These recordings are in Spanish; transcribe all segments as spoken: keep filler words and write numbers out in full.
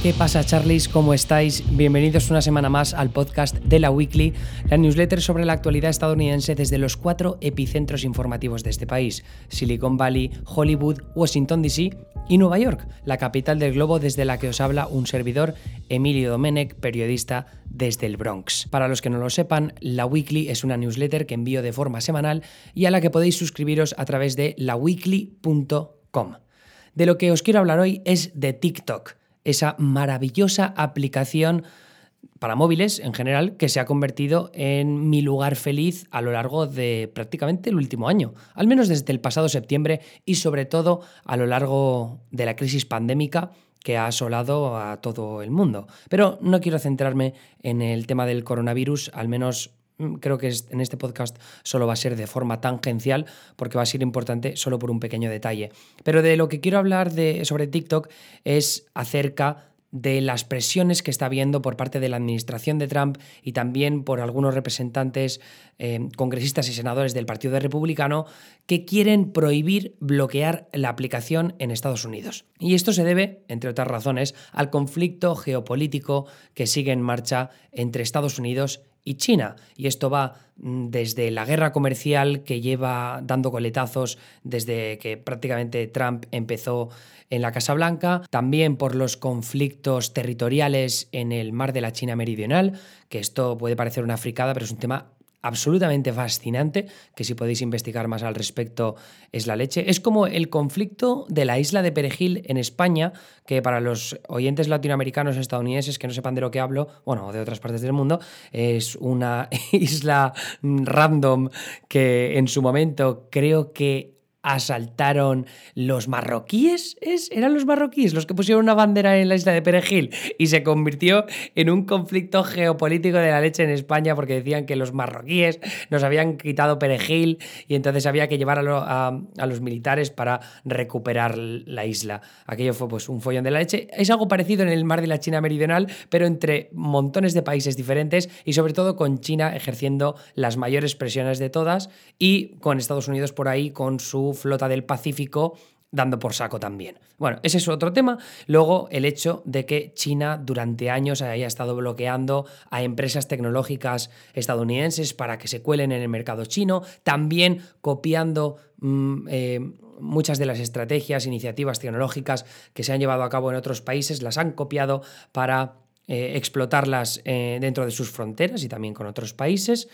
¿Qué pasa, Charlies? ¿Cómo estáis? Bienvenidos una semana más al podcast de la Weekly, la newsletter sobre la actualidad estadounidense desde los cuatro epicentros informativos de este país: Silicon Valley, Hollywood, Washington D C y Nueva York, la capital del globo desde la que os habla un servidor, Emilio Domenech, periodista desde el Bronx. Para los que no lo sepan, la Weekly es una newsletter que envío de forma semanal y a la que podéis suscribiros a través de la weekly punto com. De lo que os quiero hablar hoy es de TikTok, esa maravillosa aplicación para móviles en general que se ha convertido en mi lugar feliz a lo largo de prácticamente el último año, al menos desde el pasado septiembre y sobre todo a lo largo de la crisis pandémica que ha asolado a todo el mundo. Pero no quiero centrarme en el tema del coronavirus, al menos creo que en este podcast solo va a ser de forma tangencial porque va a ser importante solo por un pequeño detalle. Pero de lo que quiero hablar de, sobre TikTok es acerca de las presiones que está habiendo por parte de la administración de Trump y también por algunos representantes, eh, congresistas y senadores del Partido Republicano que quieren prohibir bloquear la aplicación en Estados Unidos. Y esto se debe, entre otras razones, al conflicto geopolítico que sigue en marcha entre Estados Unidos y China. Y esto va desde la guerra comercial que lleva dando coletazos desde que prácticamente Trump empezó en la Casa Blanca, también por los conflictos territoriales en el mar de la China Meridional, que esto puede parecer una fricada, pero es un tema absolutamente fascinante, que si podéis investigar más al respecto es la leche. Es como el conflicto de la isla de Perejil en España, que para los oyentes latinoamericanos estadounidenses que no sepan de lo que hablo, bueno, de otras partes del mundo, es una isla random que en su momento creo que asaltaron los marroquíes, ¿es? ¿Eran los marroquíes los que pusieron una bandera en la isla de Perejil? Y se convirtió en un conflicto geopolítico de la leche en España porque decían que los marroquíes nos habían quitado Perejil y entonces había que llevar a, lo, a, a los militares para recuperar la isla. Aquello fue pues un follón de la leche. Es algo parecido en el mar de la China Meridional, pero entre montones de países diferentes y sobre todo con China ejerciendo las mayores presiones de todas y con Estados Unidos por ahí con su flota del Pacífico dando por saco también. Bueno, ese es otro tema. Luego, el hecho de que China durante años haya estado bloqueando a empresas tecnológicas estadounidenses para que se cuelen en el mercado chino, también copiando mmm, eh, muchas de las estrategias, iniciativas tecnológicas que se han llevado a cabo en otros países, las han copiado para eh, explotarlas eh, dentro de sus fronteras y también con otros países.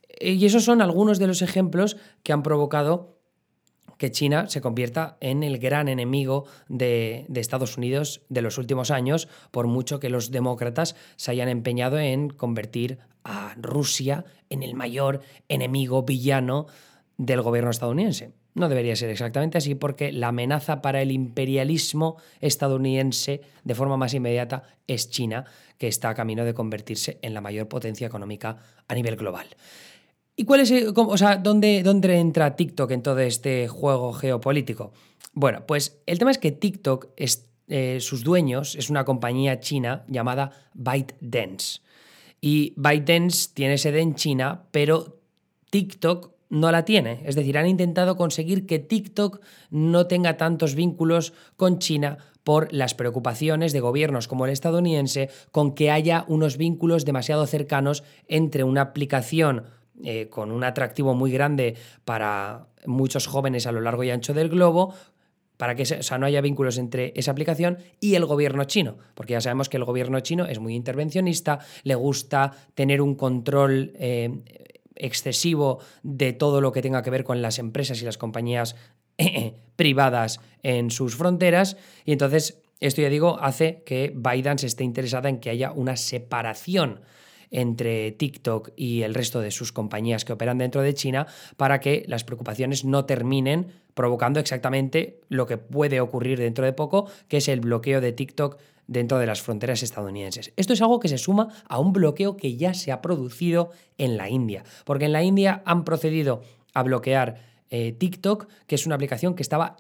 Y esos son algunos de los ejemplos que han provocado que China se convierta en el gran enemigo de, de Estados Unidos de los últimos años, por mucho que los demócratas se hayan empeñado en convertir a Rusia en el mayor enemigo villano del gobierno estadounidense. No debería ser exactamente así porque la amenaza para el imperialismo estadounidense de forma más inmediata es China, que está a camino de convertirse en la mayor potencia económica a nivel global. ¿Y cuál es, o sea, dónde, dónde entra TikTok en todo este juego geopolítico? Bueno, pues el tema es que TikTok, es, eh, sus dueños, es una compañía china llamada ByteDance. Y ByteDance tiene sede en China, pero TikTok no la tiene. Es decir, han intentado conseguir que TikTok no tenga tantos vínculos con China por las preocupaciones de gobiernos como el estadounidense con que haya unos vínculos demasiado cercanos entre una aplicación Eh, con un atractivo muy grande para muchos jóvenes a lo largo y ancho del globo, para que o sea, no haya vínculos entre esa aplicación y el gobierno chino, porque ya sabemos que el gobierno chino es muy intervencionista, le gusta tener un control eh, excesivo de todo lo que tenga que ver con las empresas y las compañías eh, privadas en sus fronteras, y entonces esto, ya digo, hace que ByteDance esté interesada en que haya una separación entre TikTok y el resto de sus compañías que operan dentro de China para que las preocupaciones no terminen provocando exactamente lo que puede ocurrir dentro de poco, que es el bloqueo de TikTok dentro de las fronteras estadounidenses. Esto es algo que se suma a un bloqueo que ya se ha producido en la India, porque en la India han procedido a bloquear eh, TikTok, que es una aplicación que estaba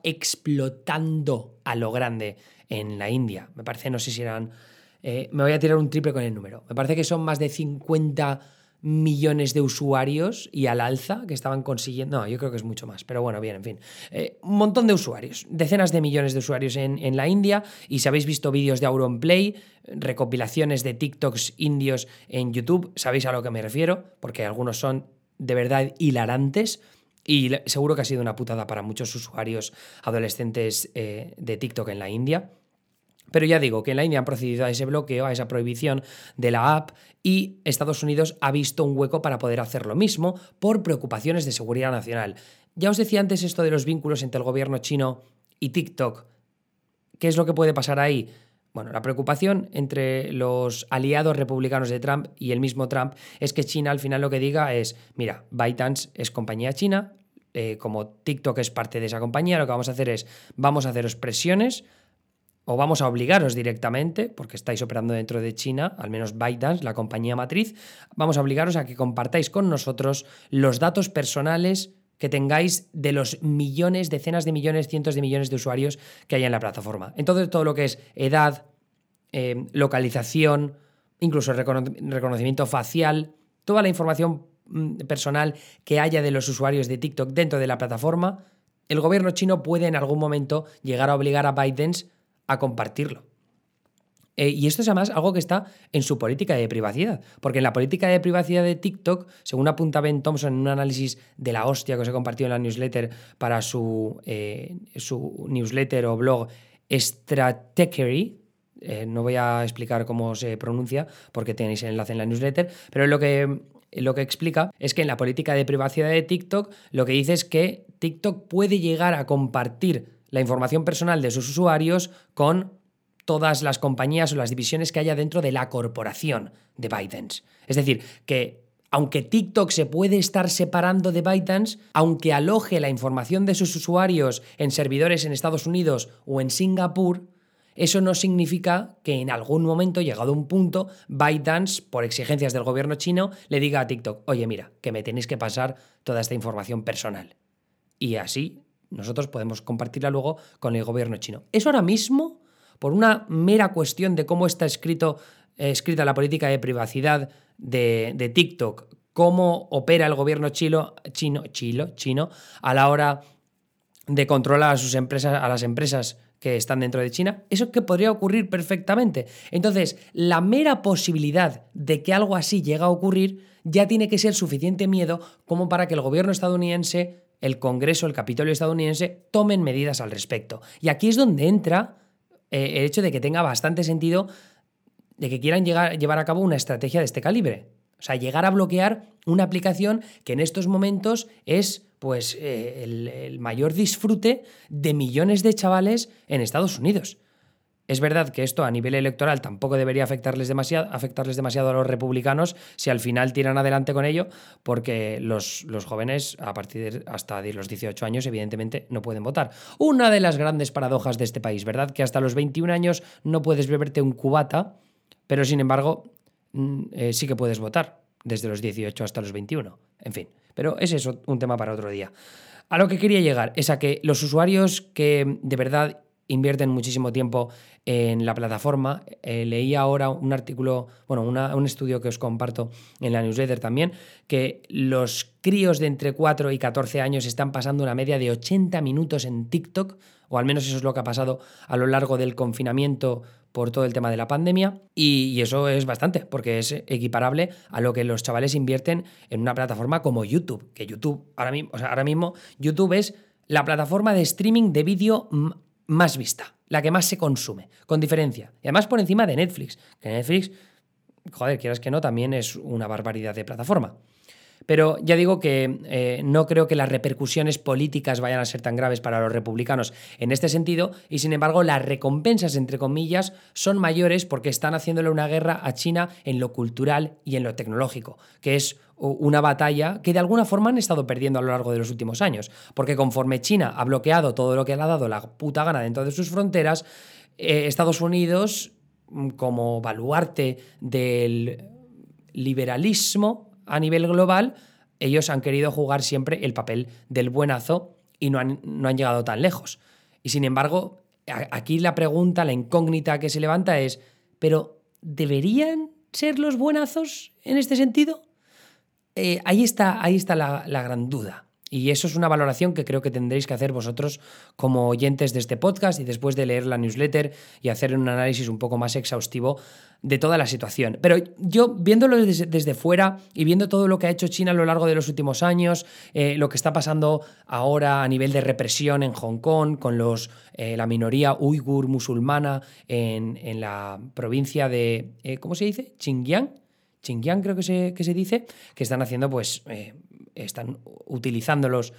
explotando a lo grande en la India. Me parece, no sé si eran... Eh, me voy a tirar un triple con el número. Me parece que son más de cincuenta millones de usuarios y al alza que estaban consiguiendo. No, yo creo que es mucho más, pero bueno, bien, en fin. Eh, un montón de usuarios, decenas de millones de usuarios en, en la India, y si habéis visto vídeos de Auronplay, recopilaciones de TikToks indios en YouTube, sabéis a lo que me refiero, porque algunos son de verdad hilarantes. Y seguro que ha sido una putada para muchos usuarios adolescentes eh, de TikTok en la India. Pero ya digo que en la India han procedido a ese bloqueo, a esa prohibición de la app, y Estados Unidos ha visto un hueco para poder hacer lo mismo por preocupaciones de seguridad nacional. Ya os decía antes esto de los vínculos entre el gobierno chino y TikTok. ¿Qué es lo que puede pasar ahí? Bueno, la preocupación entre los aliados republicanos de Trump y el mismo Trump es que China al final lo que diga es, mira, ByteDance es compañía china, eh, como TikTok es parte de esa compañía, lo que vamos a hacer es, vamos a haceros presiones o vamos a obligaros directamente, porque estáis operando dentro de China, al menos ByteDance, la compañía matriz, vamos a obligaros a que compartáis con nosotros los datos personales que tengáis de los millones, decenas de millones, cientos de millones de usuarios que hay en la plataforma. Entonces, todo lo que es edad, eh, localización, incluso recono- reconocimiento facial, toda la información mm, personal que haya de los usuarios de TikTok dentro de la plataforma, el gobierno chino puede en algún momento llegar a obligar a ByteDance a compartirlo. Eh, y esto es además algo que está en su política de privacidad, porque en la política de privacidad de TikTok, según apunta Ben Thompson en un análisis de la hostia que os he compartido en la newsletter para su, eh, su newsletter o blog Stratechery, eh, no voy a explicar cómo se pronuncia porque tenéis el enlace en la newsletter, pero lo que, lo que explica es que en la política de privacidad de TikTok lo que dice es que TikTok puede llegar a compartir la información personal de sus usuarios con todas las compañías o las divisiones que haya dentro de la corporación de ByteDance. Es decir, que aunque TikTok se puede estar separando de ByteDance, aunque aloje la información de sus usuarios en servidores en Estados Unidos o en Singapur, eso no significa que en algún momento, llegado a un punto, ByteDance, por exigencias del gobierno chino, le diga a TikTok, oye, mira, que me tenéis que pasar toda esta información personal. Y así nosotros podemos compartirla luego con el gobierno chino. Eso ahora mismo, por una mera cuestión de cómo está escrito, eh, escrita la política de privacidad de, de TikTok, cómo opera el gobierno chino, chino, chilo, chino a la hora de controlar a sus empresas, a las empresas que están dentro de China, eso que podría ocurrir perfectamente. Entonces, la mera posibilidad de que algo así llegue a ocurrir ya tiene que ser suficiente miedo como para que el gobierno estadounidense, el Congreso, el Capitolio estadounidense, tomen medidas al respecto. Y aquí es donde entra eh, el hecho de que tenga bastante sentido de que quieran llegar, llevar a cabo una estrategia de este calibre. O sea, llegar a bloquear una aplicación que en estos momentos es pues, eh, el, el mayor disfrute de millones de chavales en Estados Unidos. Es verdad que esto a nivel electoral tampoco debería afectarles demasiado, afectarles demasiado a los republicanos si al final tiran adelante con ello, porque los, los jóvenes a partir de hasta de los dieciocho años evidentemente no pueden votar. Una de las grandes paradojas de este país, ¿verdad? Que hasta los veintiún años no puedes beberte un cubata, pero sin embargo eh, sí que puedes votar desde los dieciocho hasta los veintiuno. En fin, pero ese es un tema para otro día. A lo que quería llegar es a que los usuarios que de verdad invierten muchísimo tiempo en la plataforma. Eh, leí ahora un artículo, bueno, una, un estudio que os comparto en la newsletter también, que los críos de entre cuatro y catorce años están pasando una media de ochenta minutos en TikTok, o al menos eso es lo que ha pasado a lo largo del confinamiento por todo el tema de la pandemia, y, y eso es bastante, porque es equiparable a lo que los chavales invierten en una plataforma como YouTube, que YouTube, ahora mismo, o sea, ahora mismo YouTube es la plataforma de streaming de vídeo más vista, la que más se consume, con diferencia. Y además por encima de Netflix, que Netflix, joder, quieras que no, también es una barbaridad de plataforma. Pero ya digo que eh, no creo que las repercusiones políticas vayan a ser tan graves para los republicanos en este sentido, y sin embargo las recompensas, entre comillas, son mayores porque están haciéndole una guerra a China en lo cultural y en lo tecnológico, que es una batalla que de alguna forma han estado perdiendo a lo largo de los últimos años, porque conforme China ha bloqueado todo lo que le ha dado la puta gana dentro de sus fronteras, eh, Estados Unidos, como baluarte del liberalismo a nivel global, ellos han querido jugar siempre el papel del buenazo y no han, no han llegado tan lejos. Y sin embargo, aquí la pregunta, la incógnita que se levanta es, ¿pero deberían ser los buenazos en este sentido? eh, ahí está, ahí está la, la gran duda. Y eso es una valoración que creo que tendréis que hacer vosotros como oyentes de este podcast y después de leer la newsletter y hacer un análisis un poco más exhaustivo de toda la situación. Pero yo, viéndolo desde, desde fuera y viendo todo lo que ha hecho China a lo largo de los últimos años, eh, lo que está pasando ahora a nivel de represión en Hong Kong con los, eh, la minoría uigur musulmana en, en la provincia de, eh, ¿cómo se dice? Xinjiang. Xinjiang creo que se, que se dice, que están haciendo pues... Eh, están utilizándolos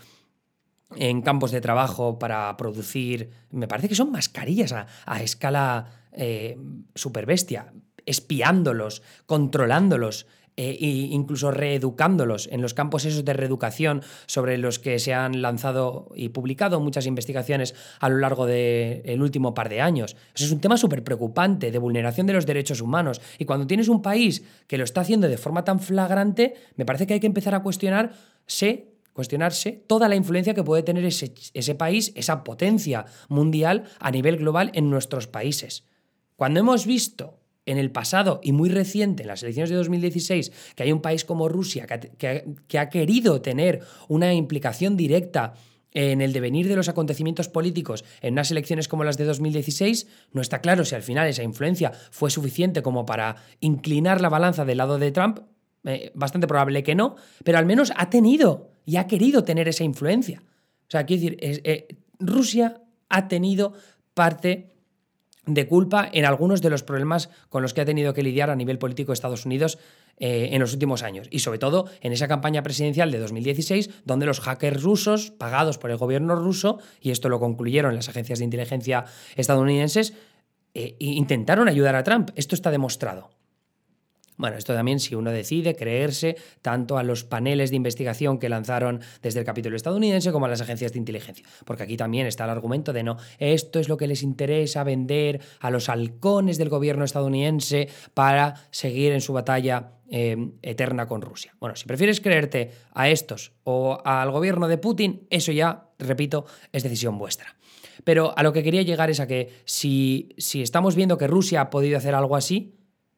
en campos de trabajo para producir, me parece que son mascarillas a, a escala eh, super bestia, espiándolos, controlándolos, e incluso reeducándolos en los campos esos de reeducación sobre los que se han lanzado y publicado muchas investigaciones a lo largo del último par de años. Eso es un tema súper preocupante de vulneración de los derechos humanos. Y cuando tienes un país que lo está haciendo de forma tan flagrante, me parece que hay que empezar a cuestionarse, cuestionarse toda la influencia que puede tener ese, ese país, esa potencia mundial a nivel global en nuestros países. Cuando hemos visto en el pasado y muy reciente, en las elecciones de dos mil dieciséis, que hay un país como Rusia que ha, que ha, que ha querido tener una implicación directa en el devenir de los acontecimientos políticos en unas elecciones como las de dos mil dieciséis, no está claro si al final esa influencia fue suficiente como para inclinar la balanza del lado de Trump. Eh, bastante probable que no, pero al menos ha tenido y ha querido tener esa influencia. O sea, quiero decir, es, eh, Rusia ha tenido parte de culpa en algunos de los problemas con los que ha tenido que lidiar a nivel político Estados Unidos eh, en los últimos años. Y sobre todo en esa campaña presidencial de dos mil dieciséis, donde los hackers rusos, pagados por el gobierno ruso, y esto lo concluyeron las agencias de inteligencia estadounidenses, eh, intentaron ayudar a Trump. Esto está demostrado. Bueno, esto también si uno decide creerse tanto a los paneles de investigación que lanzaron desde el Capitolio estadounidense como a las agencias de inteligencia. Porque aquí también está el argumento de no, esto es lo que les interesa vender a los halcones del gobierno estadounidense para seguir en su batalla eh, eterna con Rusia. Bueno, si prefieres creerte a estos o al gobierno de Putin, eso ya, repito, es decisión vuestra. Pero a lo que quería llegar es a que si, si estamos viendo que Rusia ha podido hacer algo así,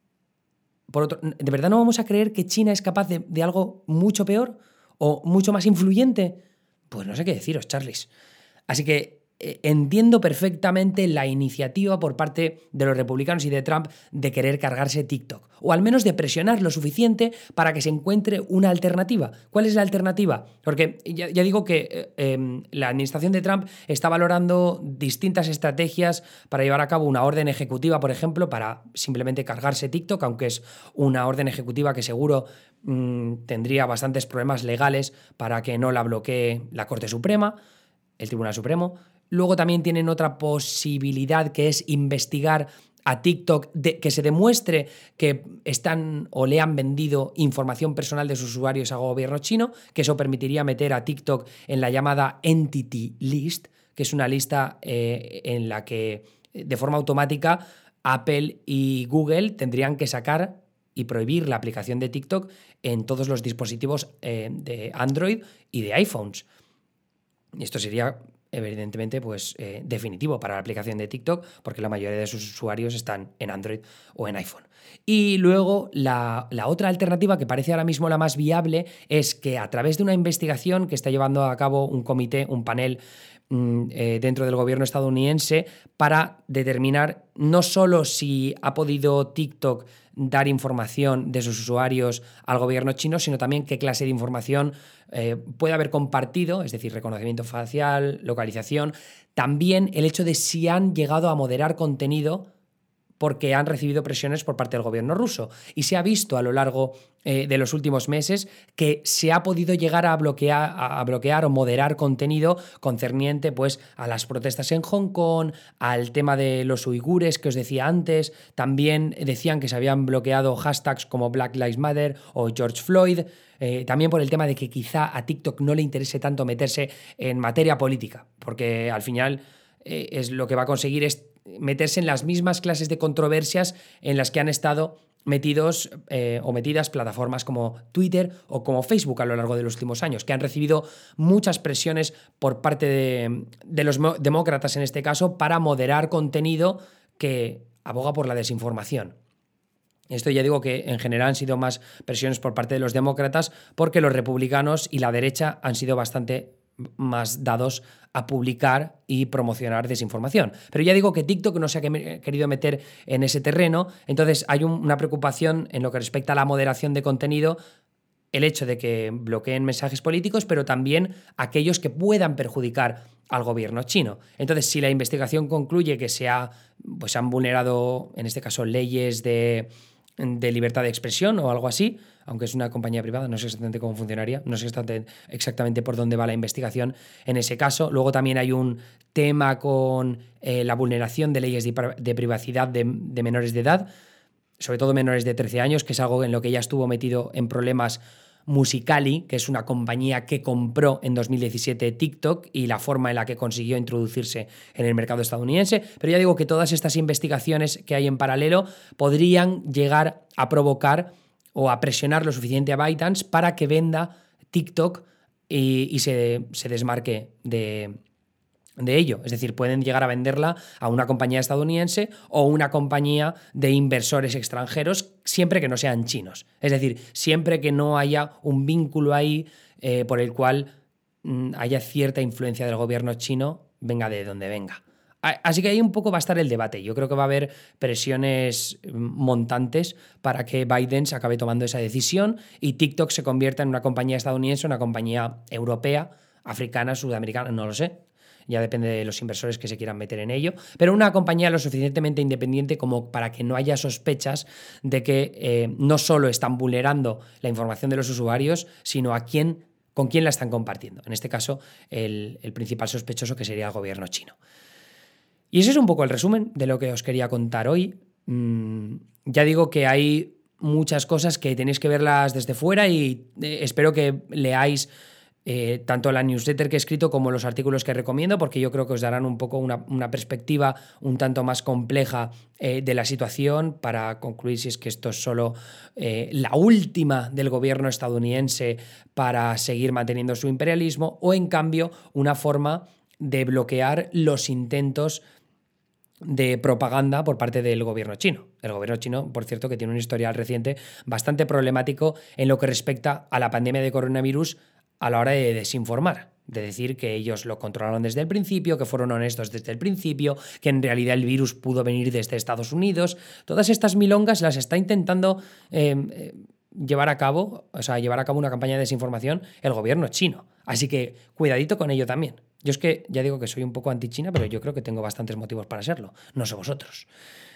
por otro, ¿de verdad no vamos a creer que China es capaz de, de algo mucho peor o mucho más influyente? Pues no sé qué deciros, Charlies. Así que eh, entiendo perfectamente la iniciativa por parte de los republicanos y de Trump de querer cargarse TikTok, o al menos de presionar lo suficiente para que se encuentre una alternativa. ¿Cuál es la alternativa? Porque ya, ya digo que eh, eh, la administración de Trump está valorando distintas estrategias para llevar a cabo una orden ejecutiva, por ejemplo, para simplemente cargarse TikTok, aunque es una orden ejecutiva que seguro mmm, tendría bastantes problemas legales para que no la bloquee la Corte Suprema, el Tribunal Supremo. Luego también tienen otra posibilidad, que es investigar a TikTok, de, que se demuestre que están o le han vendido información personal de sus usuarios al gobierno chino, que eso permitiría meter a TikTok en la llamada Entity List, que es una lista eh, en la que de forma automática Apple y Google tendrían que sacar y prohibir la aplicación de TikTok en todos los dispositivos eh, de Android y de iPhones. Y esto sería evidentemente pues, eh, definitivo para la aplicación de TikTok, porque la mayoría de sus usuarios están en Android o en iPhone. Y luego la, la otra alternativa, que parece ahora mismo la más viable, es que a través de una investigación que está llevando a cabo un comité, un panel mmm, eh, dentro del gobierno estadounidense, para determinar no solo si ha podido TikTok dar información de sus usuarios al gobierno chino, sino también qué clase de información eh, puede haber compartido, es decir, reconocimiento facial, localización, también el hecho de si han llegado a moderar contenido porque han recibido presiones por parte del gobierno ruso. Y se ha visto a lo largo eh, de los últimos meses que se ha podido llegar a bloquear, a bloquear o moderar contenido concerniente pues, a las protestas en Hong Kong, al tema de los uigures que os decía antes. También decían que se habían bloqueado hashtags como Black Lives Matter o George Floyd. Eh, también por el tema de que quizá a TikTok no le interese tanto meterse en materia política, porque al final eh, es lo que va a conseguir es meterse en las mismas clases de controversias en las que han estado metidos eh, o metidas plataformas como Twitter o como Facebook a lo largo de los últimos años, que han recibido muchas presiones por parte de, de los demócratas en este caso para moderar contenido que aboga por la desinformación. Esto ya digo que en general han sido más presiones por parte de los demócratas porque los republicanos y la derecha han sido bastante más dados a publicar y promocionar desinformación. Pero ya digo que TikTok no se ha querido meter en ese terreno, entonces hay un, una preocupación en lo que respecta a la moderación de contenido, el hecho de que bloqueen mensajes políticos, pero también aquellos que puedan perjudicar al gobierno chino. Entonces, si la investigación concluye que se ha, pues han vulnerado, en este caso, leyes de, de libertad de expresión o algo así, aunque es una compañía privada, no sé exactamente cómo funcionaría, no sé exactamente por dónde va la investigación en ese caso. Luego también hay un tema con eh, la vulneración de leyes de, de privacidad de, de menores de edad, sobre todo menores de trece años, que es algo en lo que ya estuvo metido en problemas Musical.ly, que es una compañía que compró en dos mil diecisiete TikTok y la forma en la que consiguió introducirse en el mercado estadounidense. Pero ya digo que todas estas investigaciones que hay en paralelo podrían llegar a provocar o a presionar lo suficiente a ByteDance para que venda TikTok y, y se, se desmarque de... de ello. Es decir, pueden llegar a venderla a una compañía estadounidense o una compañía de inversores extranjeros, siempre que no sean chinos. Es decir, siempre que no haya un vínculo ahí eh, por el cual mm, haya cierta influencia del gobierno chino, venga de donde venga. Así que ahí un poco va a estar el debate. Yo creo que va a haber presiones montantes para que Biden se acabe tomando esa decisión y TikTok se convierta en una compañía estadounidense, una compañía europea, africana, sudamericana, no lo sé. Ya depende de los inversores que se quieran meter en ello, pero una compañía lo suficientemente independiente como para que no haya sospechas de que eh, no solo están vulnerando la información de los usuarios, sino a quién, con quién la están compartiendo. En este caso, el, el principal sospechoso, que sería el gobierno chino. Y ese es un poco el resumen de lo que os quería contar hoy. Mm, ya digo que hay muchas cosas que tenéis que verlas desde fuera y eh, espero que leáis Eh, tanto la newsletter que he escrito como los artículos que recomiendo, porque yo creo que os darán un poco una, una perspectiva un tanto más compleja eh, de la situación para concluir si es que esto es solo eh, la última del gobierno estadounidense para seguir manteniendo su imperialismo o en cambio una forma de bloquear los intentos de propaganda por parte del gobierno chino. El gobierno chino, por cierto, que tiene un historial reciente bastante problemático en lo que respecta a la pandemia de coronavirus a la hora de desinformar, de decir que ellos lo controlaron desde el principio, que fueron honestos desde el principio, que en realidad el virus pudo venir desde Estados Unidos. Todas estas milongas las está intentando eh, llevar a cabo, o sea, llevar a cabo una campaña de desinformación el gobierno chino. Así que cuidadito con ello también. Yo es que ya digo que soy un poco anti-China, pero yo creo que tengo bastantes motivos para serlo. No sé vosotros.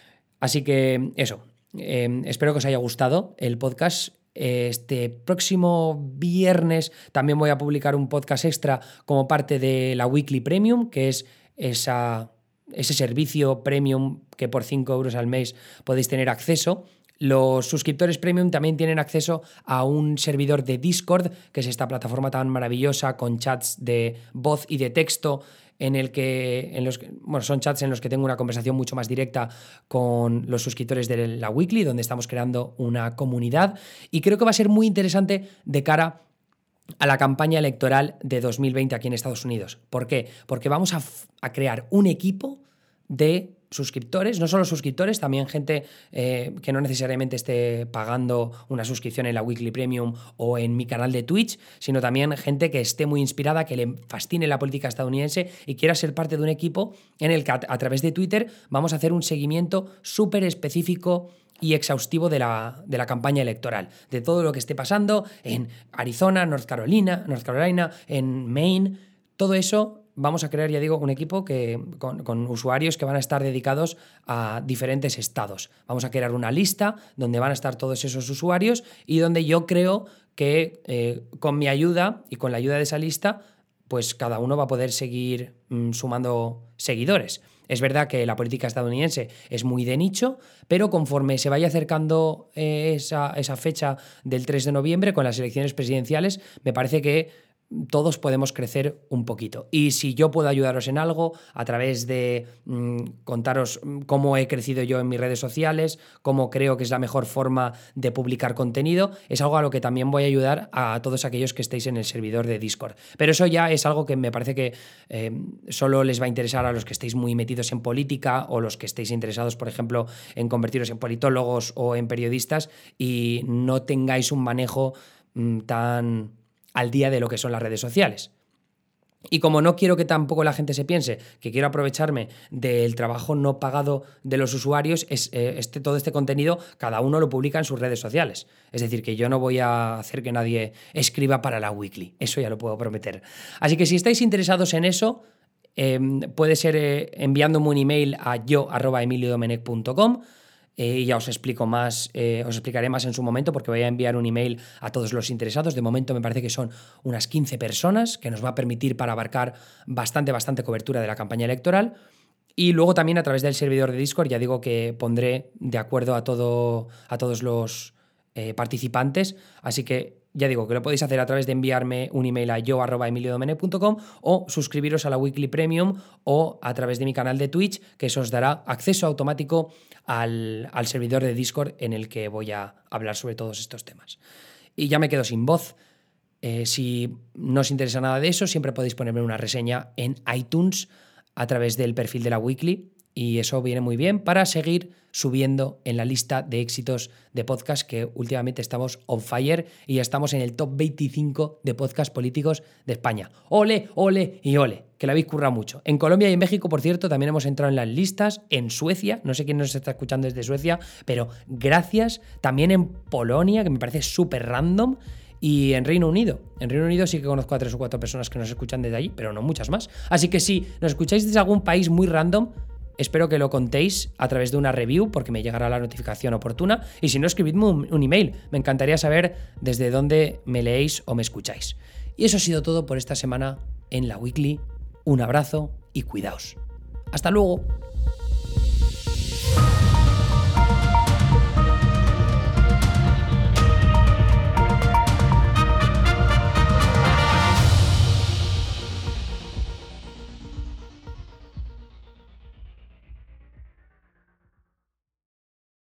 Así que eso. Eh, espero que os haya gustado el podcast. Este próximo viernes también voy a publicar un podcast extra como parte de la Weekly Premium, que es esa, ese servicio premium que por cinco euros al mes podéis tener acceso. Los suscriptores premium también tienen acceso a un servidor de Discord, que es esta plataforma tan maravillosa con chats de voz y de texto en el que, en los que, bueno, son chats en los que tengo una conversación mucho más directa con los suscriptores de la Weekly, donde estamos creando una comunidad y creo que va a ser muy interesante de cara a la campaña electoral de dos mil veinte aquí en Estados Unidos. ¿Por qué? Porque vamos a, a crear un equipo de suscriptores, no solo suscriptores, también gente eh, que no necesariamente esté pagando una suscripción en la Weekly Premium o en mi canal de Twitch, sino también gente que esté muy inspirada, que le fascine la política estadounidense y quiera ser parte de un equipo en el que a, a través de Twitter vamos a hacer un seguimiento súper específico y exhaustivo de la, de la campaña electoral, de todo lo que esté pasando en Arizona, North Carolina, North Carolina, en Maine, todo eso. Vamos a crear, ya digo, un equipo que, con, con usuarios que van a estar dedicados a diferentes estados. Vamos a crear una lista donde van a estar todos esos usuarios y donde yo creo que eh, con mi ayuda y con la ayuda de esa lista, pues cada uno va a poder seguir mm, sumando seguidores. Es verdad que la política estadounidense es muy de nicho, pero conforme se vaya acercando eh, esa, esa fecha del tres de noviembre con las elecciones presidenciales, me parece que todos podemos crecer un poquito. Y si yo puedo ayudaros en algo a través de mmm, contaros cómo he crecido yo en mis redes sociales, cómo creo que es la mejor forma de publicar contenido, es algo a lo que también voy a ayudar a todos aquellos que estéis en el servidor de Discord. Pero eso ya es algo que me parece que eh, solo les va a interesar a los que estéis muy metidos en política o los que estéis interesados, por ejemplo, en convertiros en politólogos o en periodistas y no tengáis un manejo mmm, tan al día de lo que son las redes sociales. Y como no quiero que tampoco la gente se piense que quiero aprovecharme del trabajo no pagado de los usuarios, es, eh, este, todo este contenido cada uno lo publica en sus redes sociales. Es decir, que yo no voy a hacer que nadie escriba para la Weekly. Eso ya lo puedo prometer. Así que si estáis interesados en eso, eh, puede ser eh, enviándome un email a yo arroba emilio domenech punto com. Y eh, ya os explico más, eh, os explicaré más en su momento porque voy a enviar un email a todos los interesados. De momento me parece que son unas quince personas, que nos va a permitir para abarcar bastante, bastante cobertura de la campaña electoral. Y luego también a través del servidor de Discord, ya digo que pondré de acuerdo a, todo, a todos los eh, participantes. Así que ya digo que lo podéis hacer a través de enviarme un email a yo arroba emilio domenech punto com o suscribiros a la Weekly Premium o a través de mi canal de Twitch, que eso os dará acceso automático al, al servidor de Discord en el que voy a hablar sobre todos estos temas. Y ya me quedo sin voz. Eh, si no os interesa nada de eso, siempre podéis ponerme una reseña en iTunes a través del perfil de la Weekly. Y eso viene muy bien para seguir subiendo en la lista de éxitos de podcast, que últimamente estamos on fire y ya estamos en el top veinticinco de podcast políticos de España. ¡Ole, ole y ole! Que la habéis currado mucho. En Colombia y en México, por cierto, también hemos entrado en las listas. En Suecia, no sé quién nos está escuchando desde Suecia, pero gracias. También en Polonia, que me parece súper random. Y en Reino Unido. En Reino Unido sí que conozco a tres o cuatro personas que nos escuchan desde allí, pero no muchas más. Así que si nos escucháis desde algún país muy random, espero que lo contéis a través de una review porque me llegará la notificación oportuna. Y si no, escribidme un, un email. Me encantaría saber desde dónde me leéis o me escucháis. Y eso ha sido todo por esta semana en la Weekly. Un abrazo y cuidaos. ¡Hasta luego!